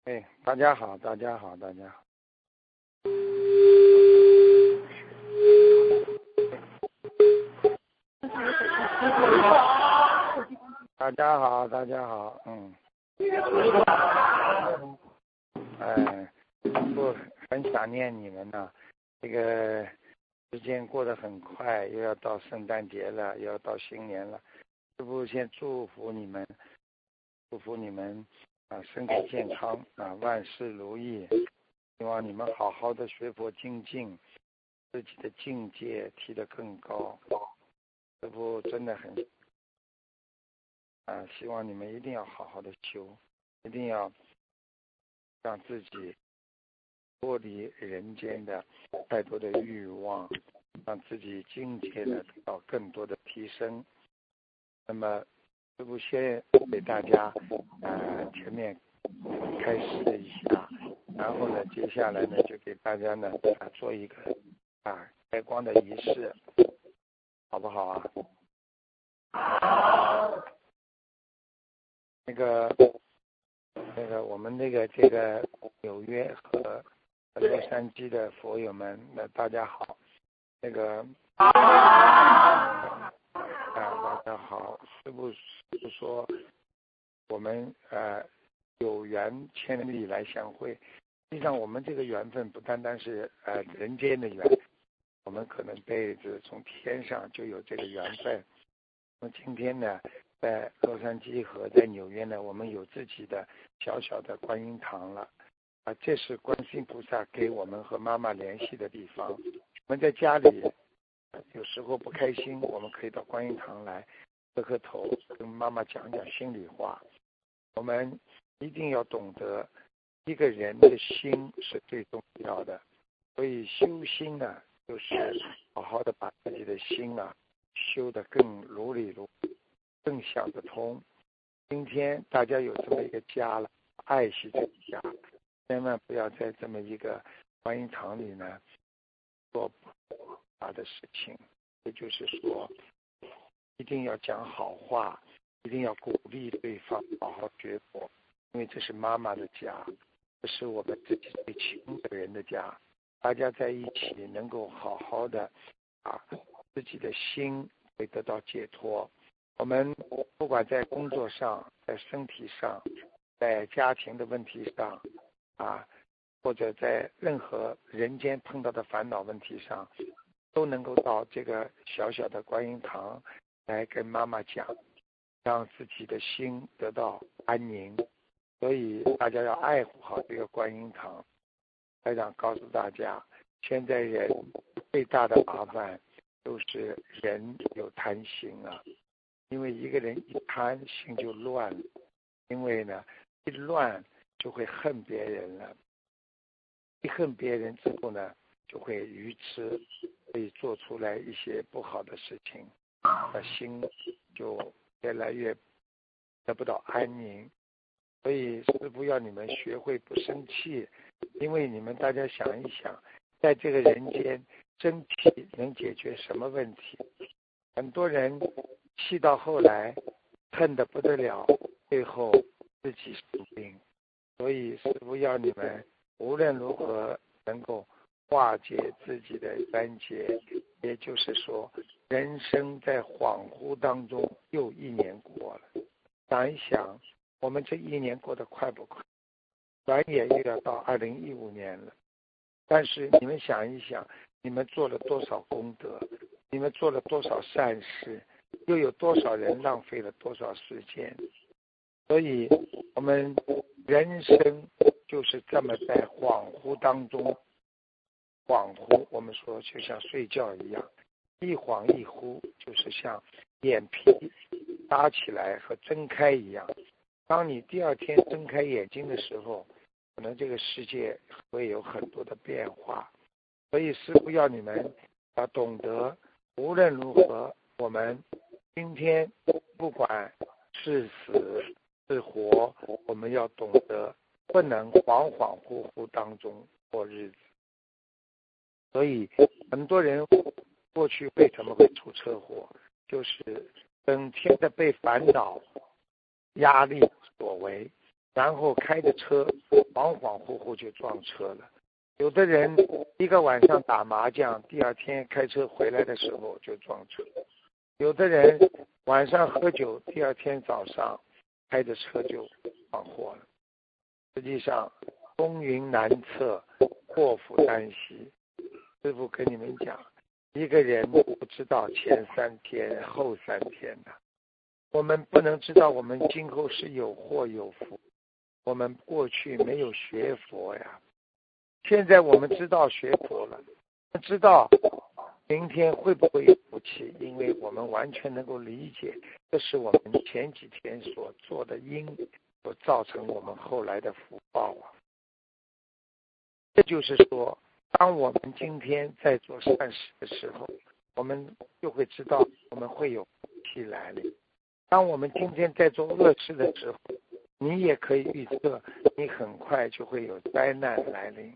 哎，大家好，大家好，大家好。大家好，大家好，我很想念你们呢。这个时间过得很快，又要到圣诞节了，又要到新年了。师父先祝福你们，祝福你们身体健康万事如意。希望你们好好的学佛精进，自己的境界提得更高。师父真的很希望你们一定要好好的修，一定要让自己脱离人间的太多的欲望，让自己境界的得到更多的提升。那么师父先给大家前面开示一下，然后呢接下来呢就给大家呢做一个开光的仪式，好不好啊？那个我们这个纽约和洛杉矶的佛友们，大家好。大家好。师父说我们有缘千里来相会。实际上我们这个缘分不单单是人间的缘，我们可能辈子从天上就有这个缘分。那么今天呢，在洛杉矶和在纽约呢，我们有自己的小小的观音堂了这是观世音菩萨给我们和妈妈联系的地方。我们在家里有时候不开心，我们可以到观音堂来磕磕头，跟妈妈讲讲心里话。我们一定要懂得一个人的心是最重要的，所以修心呢，就是好好的把自己的心修得更如理如更想得通。今天大家有这么一个家了，爱惜这个家，千万不要在这么一个观音堂里呢做不好的事情。也就是说，一定要讲好话，一定要鼓励对方好好学佛，因为这是妈妈的家，这是我们自己最亲的人的家。大家在一起能够好好的自己的心会得到解脱。我们不管在工作上，在身体上，在家庭的问题上或者在任何人间碰到的烦恼问题上，都能够到这个小小的观音堂来跟妈妈讲，让自己的心得到安宁。所以大家要爱护好这个观音堂。台长告诉大家，现在人最大的麻烦就是人有贪心因为一个人一贪，心就乱了，因为呢一乱就会恨别人了，一恨别人之后呢就会愚痴，会做出来一些不好的事情，心就越来越得不到安宁。所以师父要你们学会不生气，因为你们大家想一想，在这个人间生气能解决什么问题？很多人气到后来恨得不得了，最后自己生病。所以师父要你们无论如何能够化解自己的冤结。也就是说，人生在恍惚当中又一年过了，想一想我们这一年过得快不快？转眼又要到2015年了。但是你们想一想，你们做了多少功德，你们做了多少善事，又有多少人浪费了多少时间。所以我们人生就是这么在恍惚当中，恍惚我们说就像睡觉一样，一晃一忽，就是像眼皮搭起来和睁开一样。当你第二天睁开眼睛的时候，可能这个世界会有很多的变化。所以师父要你们要懂得，无论如何，我们今天不管是死是活，我们要懂得不能恍恍惚惚当中过日子。所以很多人过去为什么会出车祸，就是整天的被烦恼压力所为。 然后开着车恍恍惚惚就撞车了。有的人一个晚上打麻将，第二天开车回来的时候就撞车。有的人晚上喝酒，第二天早上开着车就闯祸了。实际上风云难测，祸福单息。师父跟你们讲，一个人不知道前3天后3天的，我们不能知道我们今后是有祸有福。我们过去没有学佛呀，现在我们知道学佛了，知道明天会不会有福气，因为我们完全能够理解，这是我们前几天所做的因，所造成我们后来的福报啊。这就是说，当我们今天在做善事的时候，我们就会知道我们会有福气来临。当我们今天在做恶事的时候，你也可以预测，你很快就会有灾难来临。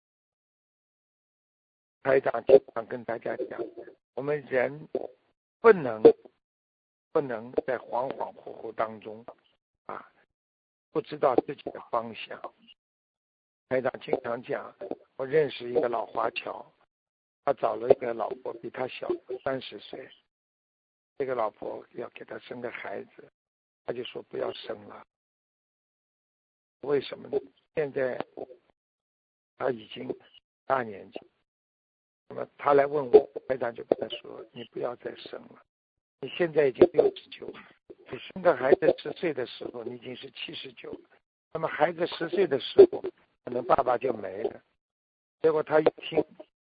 台长经常跟大家讲，我们人不能在恍恍惚惚当中不知道自己的方向。台长经常讲，我认识一个老华侨，他找了一个老婆比他小30岁，这个老婆要给他生个孩子，他就说不要生了。为什么呢？现在他已经大年纪，那么他来问我，台长就跟他说，你不要再生了，你现在已经69了，你生个孩子10岁的时候你已经是79了，那么孩子10岁的时候可能爸爸就没了。结果他一听，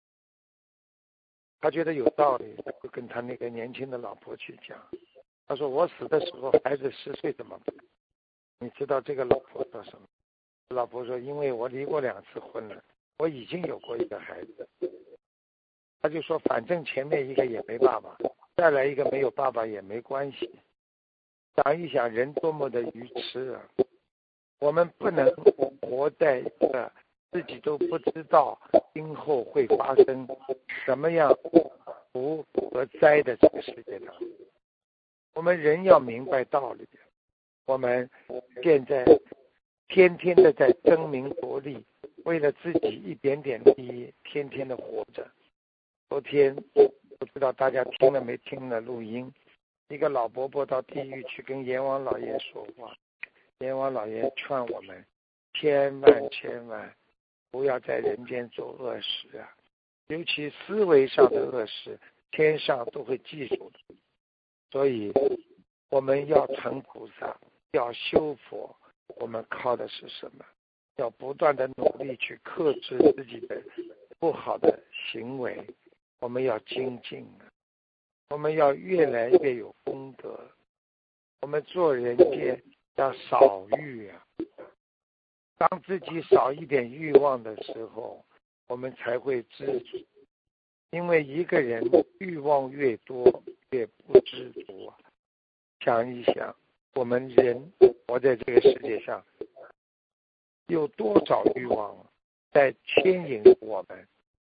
他觉得有道理，就跟他那个年轻的老婆去讲，他说我死的时候孩子10岁怎么办？你知道这个老婆说什么？老婆说，因为我离过2次婚了，我已经有过一个孩子。他就说反正前面一个也没爸爸，再来一个没有爸爸也没关系。想一想人多么的愚痴啊！我们不能活在一个自己都不知道今后会发生什么样福和灾的这个世界上。我们人要明白道理，我们现在天天的在争名夺利，为了自己一点点利益，天天的活着。昨天不知道大家听了没听了录音，一个老伯伯到地狱去跟阎王老爷说话，阎王老爷劝我们千万不要在人间做恶事啊，尤其思维上的恶事，天上都会记住的。所以我们要成菩萨，要修佛，我们靠的是什么？要不断的努力去克制自己的不好的行为，我们要精进，我们要越来越有功德，我们做人间要少欲啊。当自己少一点欲望的时候，我们才会知足。因为一个人欲望越多，越不知足啊。想一想，我们人活在这个世界上，有多少欲望在牵引我们？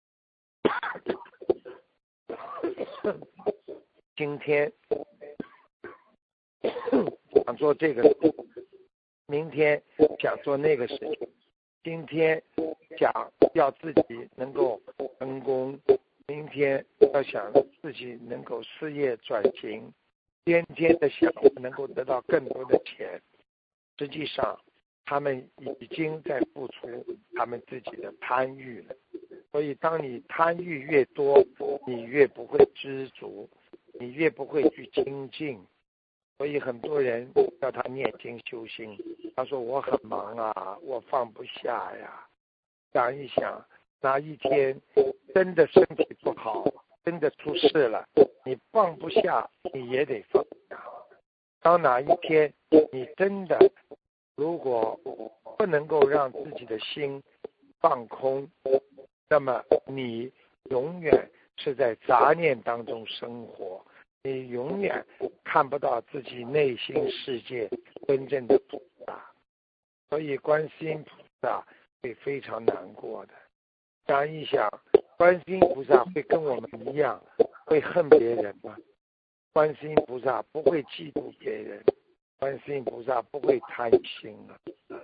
今天想做这个事，明天想做那个事情，今天想要自己能够成功，明天要想自己能够事业转型，天天的想能够得到更多的钱。实际上他们已经在付出他们自己的贪欲了。所以当你贪欲越多，你越不会知足，你越不会去精进。所以很多人叫他念经修心，他说我很忙啊，我放不下呀。想一想，哪一天真的身体不好，真的出事了，你放不下，你也得放下。当哪一天你真的如果不能够让自己的心放空，那么你永远是在杂念当中生活，你永远看不到自己内心世界真正的菩萨。所以观世音菩萨会非常难过的。想一想，观世音菩萨会跟我们一样会恨别人吗？观世音菩萨不会嫉妒别人，观世音菩萨不会贪心啊。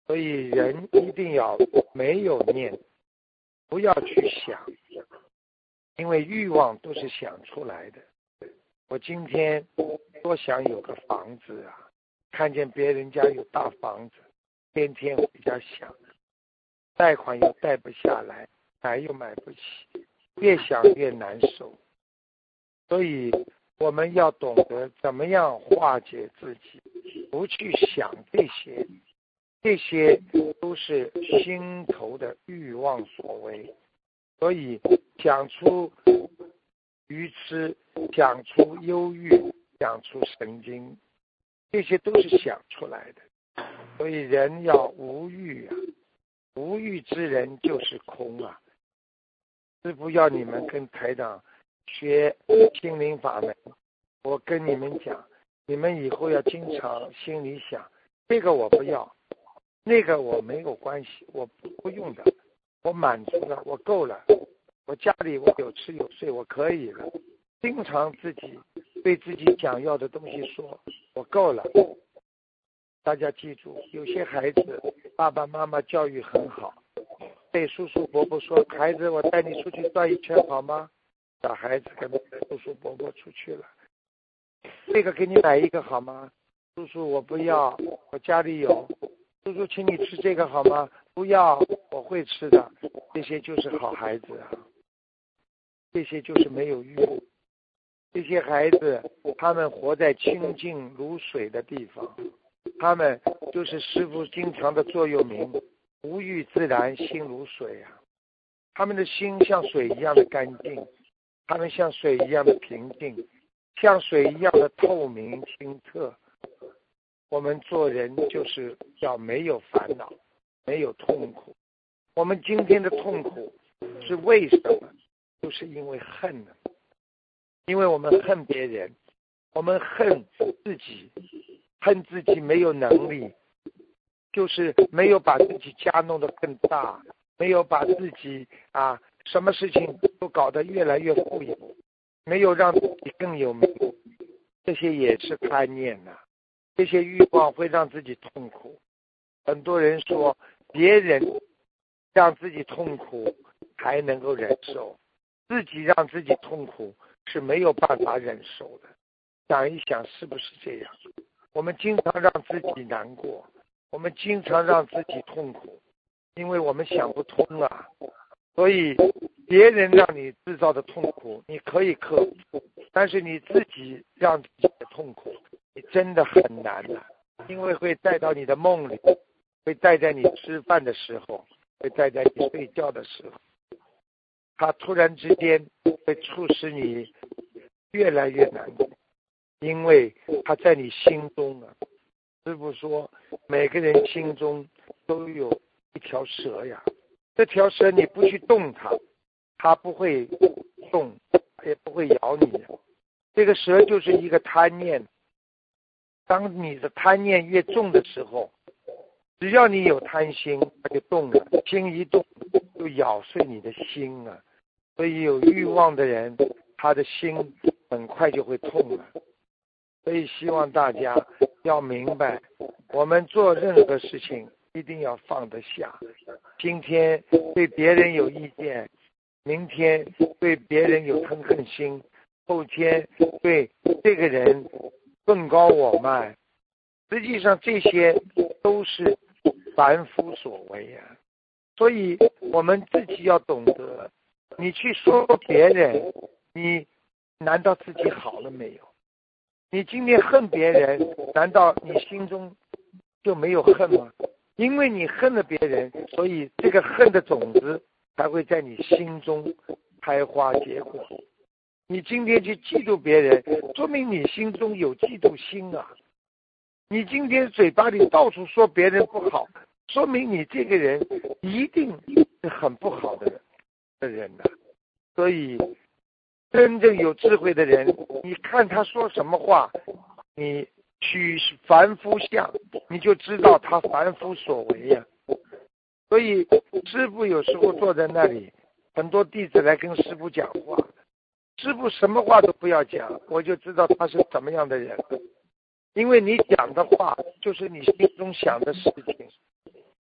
所以人一定要没有念，不要去想，因为欲望都是想出来的。我今天多想有个房子啊，看见别人家有大房子，天天回家想，贷款又贷不下来，买又买不起，越想越难受。所以我们要懂得怎么样化解自己，不去想这些，这些都是心头的欲望所为。所以讲出愚痴，讲出忧郁，讲出神经，这些都是想出来的。所以人要无欲啊，无欲之人就是空啊。师父要你们跟台长学心灵法门，我跟你们讲，你们以后要经常心里想，这个我不要，那个我没有关系，我不用的，我满足了，我够了，我家里我有吃有睡，我可以了。经常自己对自己想要的东西说，我够了。大家记住，有些孩子爸爸妈妈教育很好，对叔叔伯伯说，孩子我带你出去转一圈好吗？小孩子跟叔叔伯伯出去了，这个给你买一个好吗？叔叔我不要，我家里有。叔叔请你吃这个好吗？不要，我会吃的。这些就是好孩子啊，这些就是没有欲。这些孩子他们活在清净如水的地方，他们就是师父经常的座右铭，无欲自然心如水啊。他们的心像水一样的干净，他们像水一样的平静，像水一样的透明清澈。我们做人就是要没有烦恼，没有痛苦。我们今天的痛苦是为什么？就是因为恨了，因为我们恨别人，我们恨自己，恨自己没有能力，就是没有把自己家弄得更大，没有把自己什么事情都搞得越来越富有，没有让自己更有名，这些也是贪念呐。这些欲望会让自己痛苦。很多人说别人让自己痛苦还能够忍受，自己让自己痛苦是没有办法忍受的。想一想是不是这样？我们经常让自己难过，我们经常让自己痛苦，因为我们想不通啊。所以别人让你制造的痛苦你可以克服，但是你自己让自己的痛苦你真的很难啊，因为会带到你的梦里，会带在你吃饭的时候，会带在你睡觉的时候，它突然之间会促使你越来越难过，因为它在你心中啊。师父说每个人心中都有一条蛇呀，这条蛇你不去动它，它不会动，也不会咬你。这个蛇就是一个贪念，当你的贪念越重的时候，只要你有贪心，它就动了，心一动就咬碎你的心啊。所以有欲望的人，他的心很快就会痛了。所以希望大家要明白，我们做任何事情一定要放得下。今天对别人有意见，明天对别人有嗔恨心，后天对这个人更高我慢，实际上这些都是凡夫所为啊。所以我们自己要懂得，你去说别人，你难道自己好了没有？你今天恨别人，难道你心中就没有恨吗？因为你恨了别人，所以这个恨的种子才会在你心中开花结果。你今天去嫉妒别人，说明你心中有嫉妒心啊。你今天嘴巴里到处说别人不好，说明你这个人一定是很不好的人啊。所以真正有智慧的人，你看他说什么话，你取凡夫相，你就知道他凡夫所为呀。所以师父有时候坐在那里，很多弟子来跟师父讲话，师父什么话都不要讲，我就知道他是怎么样的人。因为你讲的话就是你心中想的事情，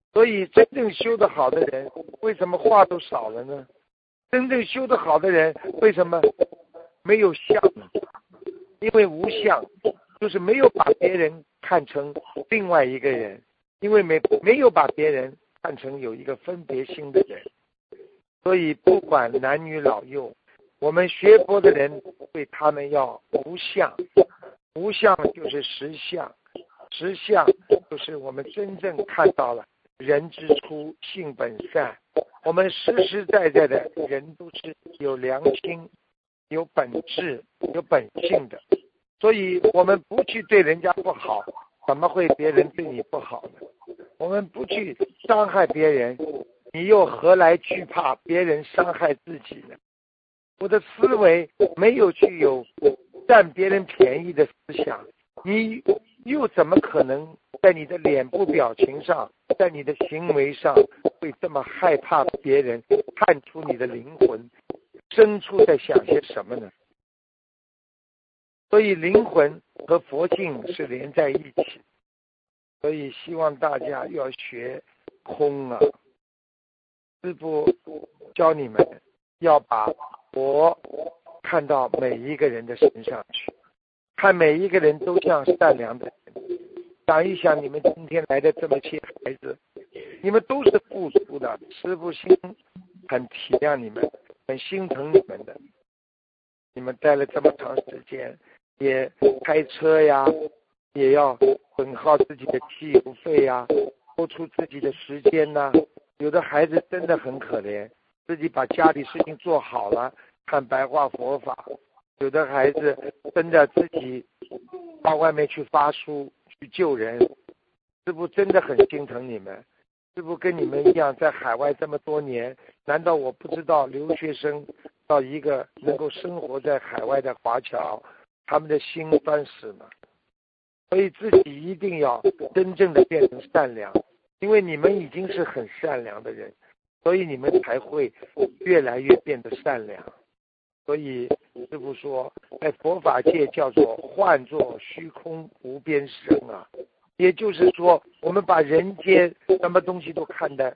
所以真正修得好的人，为什么话都少了呢？真正修得好的人，为什么没有相呢？因为无相，就是没有把别人看成另外一个人，因为没有把别人看成有一个分别心的人。所以不管男女老幼，我们学佛的人对他们要无相，无相就是实相，实相就是我们真正看到了人之初性本善，我们实实在在的人都是有良心、有本质、有本性的，所以我们不去对人家不好，怎么会别人对你不好呢？我们不去伤害别人，你又何来惧怕别人伤害自己呢？我的思维没有去有占别人便宜的思想，你又怎么可能在你的脸部表情上，在你的行为上会这么害怕别人看出你的灵魂深处在想些什么呢？所以灵魂和佛性是连在一起，所以希望大家要学空啊。师父教你们要把佛看到每一个人的身上去，看每一个人都像善良的人。想一想，你们今天来的这么些孩子，你们都是付出的，师父心很体谅你们，很心疼你们的。你们待了这么长时间，也开车呀，也要损耗自己的汽油费呀，付出自己的时间呐。有的孩子真的很可怜，自己把家里事情做好了，看白话佛法。有的孩子真的自己到外面去发书，去救人。师父真的很心疼你们。师父跟你们一样，在海外这么多年，难道我不知道留学生到一个能够生活在海外的华侨，他们的心酸史吗？所以自己一定要真正的变成善良，因为你们已经是很善良的人，所以你们才会越来越变得善良。所以师父说，在佛法界叫做幻作虚空无边生啊，也就是说，我们把人间什么东西都看得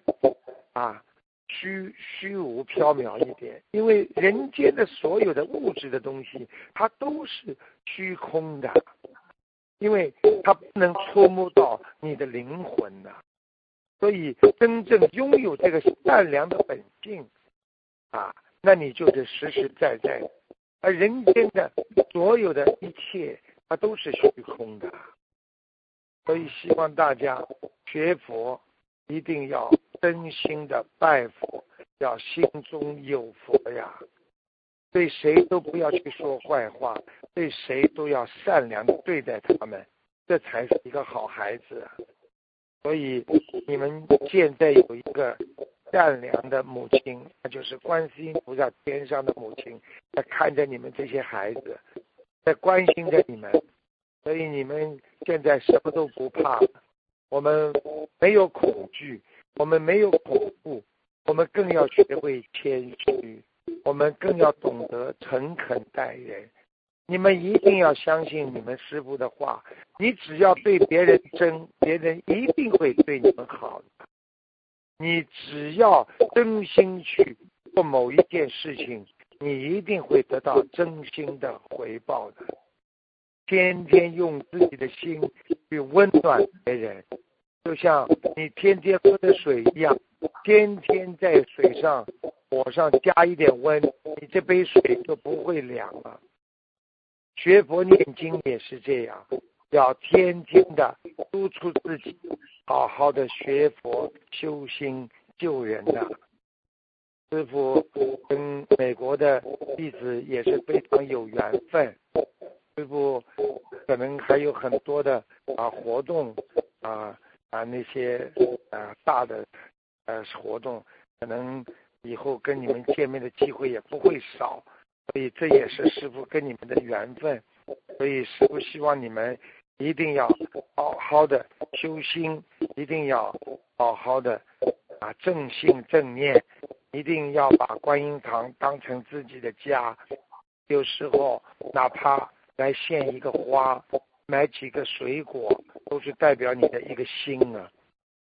虚无缥缈一点，因为人间的所有的物质的东西，它都是虚空的，因为它不能触摸到你的灵魂的。所以真正拥有这个善良的本性那你就是实实在在的。而人间的所有的一切，它都是虚空的。所以希望大家学佛一定要真心的拜佛，要心中有佛呀。对谁都不要去说坏话，对谁都要善良的对待他们，这才是一个好孩子啊。所以你们现在有一个善良的母亲，那就是观世音菩萨天上的母亲，在看着你们这些孩子，在关心着你们，所以你们现在什么都不怕了。我们没有恐惧，我们没有恐怖，我们更要学会谦虚，我们更要懂得诚恳待人。你们一定要相信你们师父的话，你只要对别人真，别人一定会对你们好的。你只要真心去做某一件事情，你一定会得到真心的回报的。天天用自己的心去温暖别人，就像你天天喝的水一样，天天在水上火上加一点温，你这杯水就不会凉了。学佛念经也是这样，要天天的督促自己好好的学佛修心救人的。师父跟美国的弟子也是非常有缘分，师父可能还有很多的活动那些大的活动，可能以后跟你们见面的机会也不会少，所以这也是师父跟你们的缘分。所以师父希望你们一定要好好的修心，一定要好好的正信正念，一定要把观音堂当成自己的家。有时候哪怕来献一个花，买几个水果，都是代表你的一个心啊。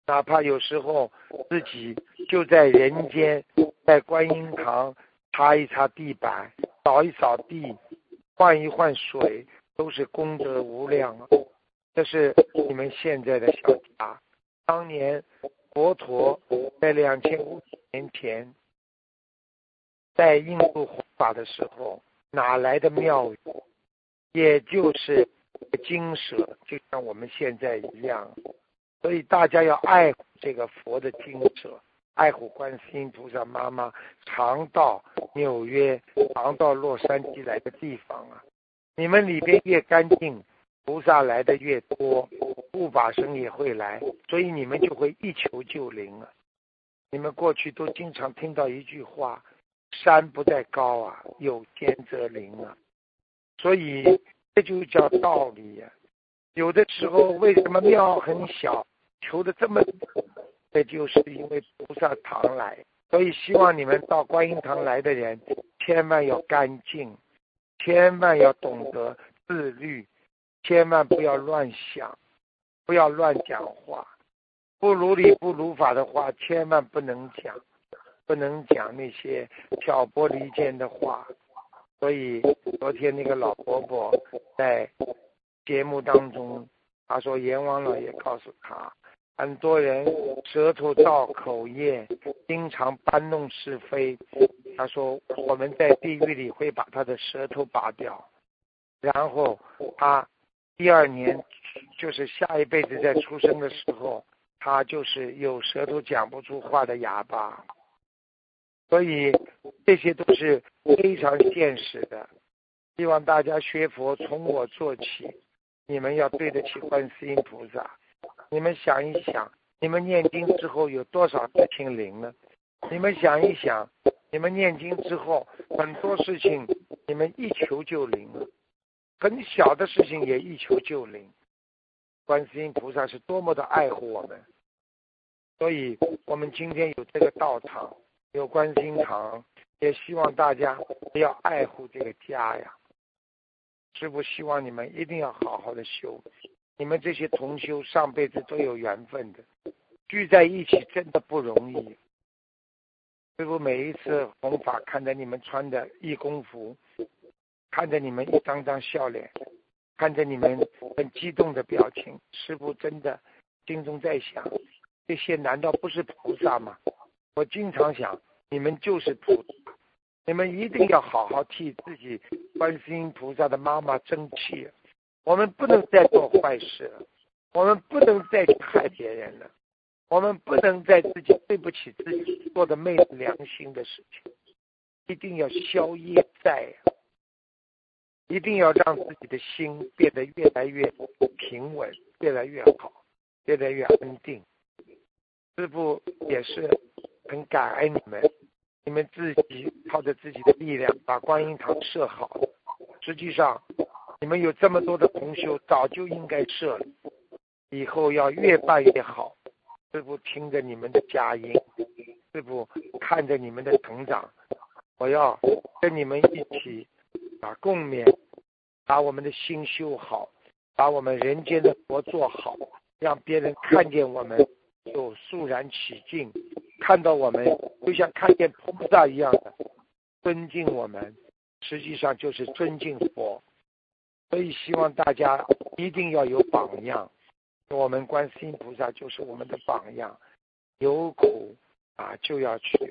哪怕有时候自己就在人间，在观音堂擦一擦地板，扫一扫地，换一换水，都是功德无量啊！这是你们现在的小家。当年佛陀在2500年前在印度弘法的时候，哪来的庙宇？也就是精舍，就像我们现在一样。所以大家要爱护这个佛的精舍，爱护观世音菩萨妈妈常到纽约、常到洛杉矶来的地方啊！你们里边越干净，菩萨来的越多，护法神也会来，所以你们就会一求就灵啊！你们过去都经常听到一句话：山不在高啊，有仙则灵啊。所以这就叫道理呀。有的时候为什么庙很小，求的这么多，这就是因为菩萨堂来。所以希望你们到观音堂来的人，千万要干净，千万要懂得自律，千万不要乱想，不要乱讲话，不如理不如法的话千万不能讲，不能讲那些挑拨离间的话。所以昨天那个老伯伯在节目当中，他说阎王老爷告诉他，很多人舌头造口业，经常搬弄是非。他说我们在地狱里会把他的舌头拔掉，然后他第二年就是下一辈子在出生的时候，他就是有舌头讲不出话的哑巴。所以这些都是非常现实的，希望大家学佛从我做起，你们要对得起观世音菩萨。你们想一想，你们念经之后有多少事情灵了？你们想一想，你们念经之后很多事情你们一求就灵了，很小的事情也一求就灵。观世音菩萨是多么的爱护我们，所以我们今天有这个道场，有观世音堂，也希望大家要爱护这个家呀。师父希望你们一定要好好的修，你们这些同修上辈子都有缘分的，聚在一起真的不容易。师父每一次弘法，看着你们穿的义工服，看着你们一张张笑脸，看着你们很激动的表情，师父真的心中在想，这些难道不是菩萨吗？我经常想，你们就是菩萨，你们一定要好好替自己观世音菩萨的妈妈争气。我们不能再做坏事了，我们不能再去害别人了，我们不能再自己对不起自己做的昧良心的事情，一定要消业债，一定要让自己的心变得越来越平稳，越来越好，越来越安定。师父也是很感恩你们，你们自己靠着自己的力量把观音堂设好了。实际上你们有这么多的同修，早就应该设了，以后要越办越好。师父听着你们的佳音，师父看着你们的成长，我要跟你们一起共勉，把我们的心修好，把我们人间的佛做好，让别人看见我们就肃然起敬，看到我们就像看见菩萨一样的尊敬我们，实际上就是尊敬佛。所以希望大家一定要有榜样，我们观世音菩萨就是我们的榜样。有苦就要去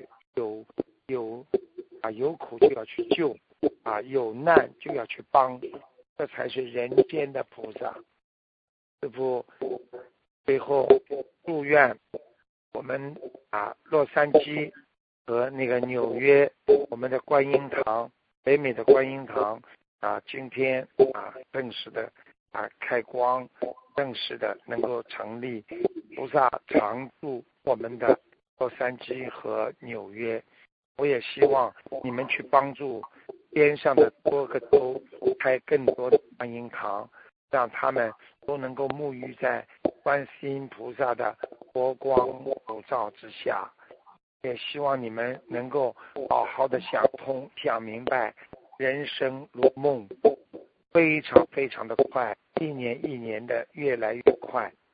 有苦就要去救有难就要去帮，这才是人间的菩萨。师父最后祝愿我们洛杉矶和那个纽约我们的观音堂，北美的观音堂今天正式的开光，正式的能够成立，菩萨常驻我们的洛杉矶和纽约。我也希望你们去帮助边上的多个州开更多的观音堂，让他们都能够沐浴在观世音菩萨的佛光普照之下。也希望你们能够好好的想通想明白，人生如梦，非常非常的快，一年一年的越来越快。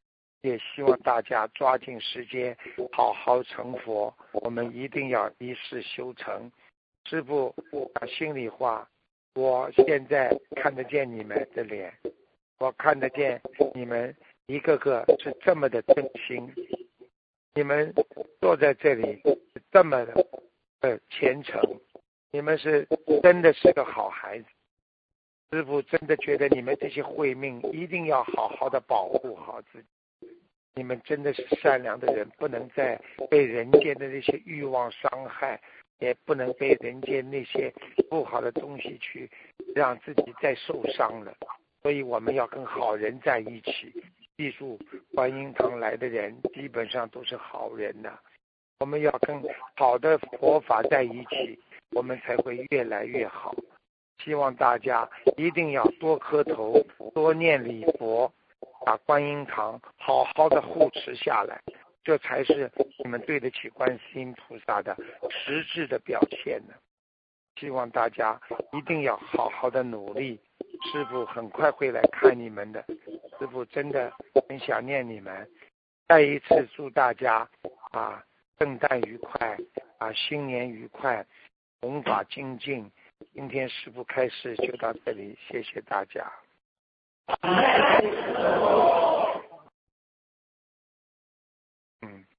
也希望大家抓紧时间好好成佛，我们一定要一世修成。师父讲心里话，我现在看得见你们的脸，我看得见你们一个个是这么的真心，你们坐在这里是这么的虔诚，你们是真的是个好孩子。师父真的觉得你们这些慧命一定要好好的保护好自己，你们真的是善良的人，不能再被人间的那些欲望伤害，也不能被人间那些不好的东西去让自己再受伤了。所以我们要跟好人在一起，记住观音堂来的人基本上都是好人呐，我们要跟好的佛法在一起，我们才会越来越好。希望大家一定要多磕头，多念礼佛，把观音堂好好的护持下来，这才是你们对得起观世音菩萨的实质的表现呢。希望大家一定要好好的努力，师父很快会来看你们的，师父真的很想念你们。再一次祝大家圣诞愉快，新年愉快，弘法精进。今天师父开示就到这里，谢谢大家。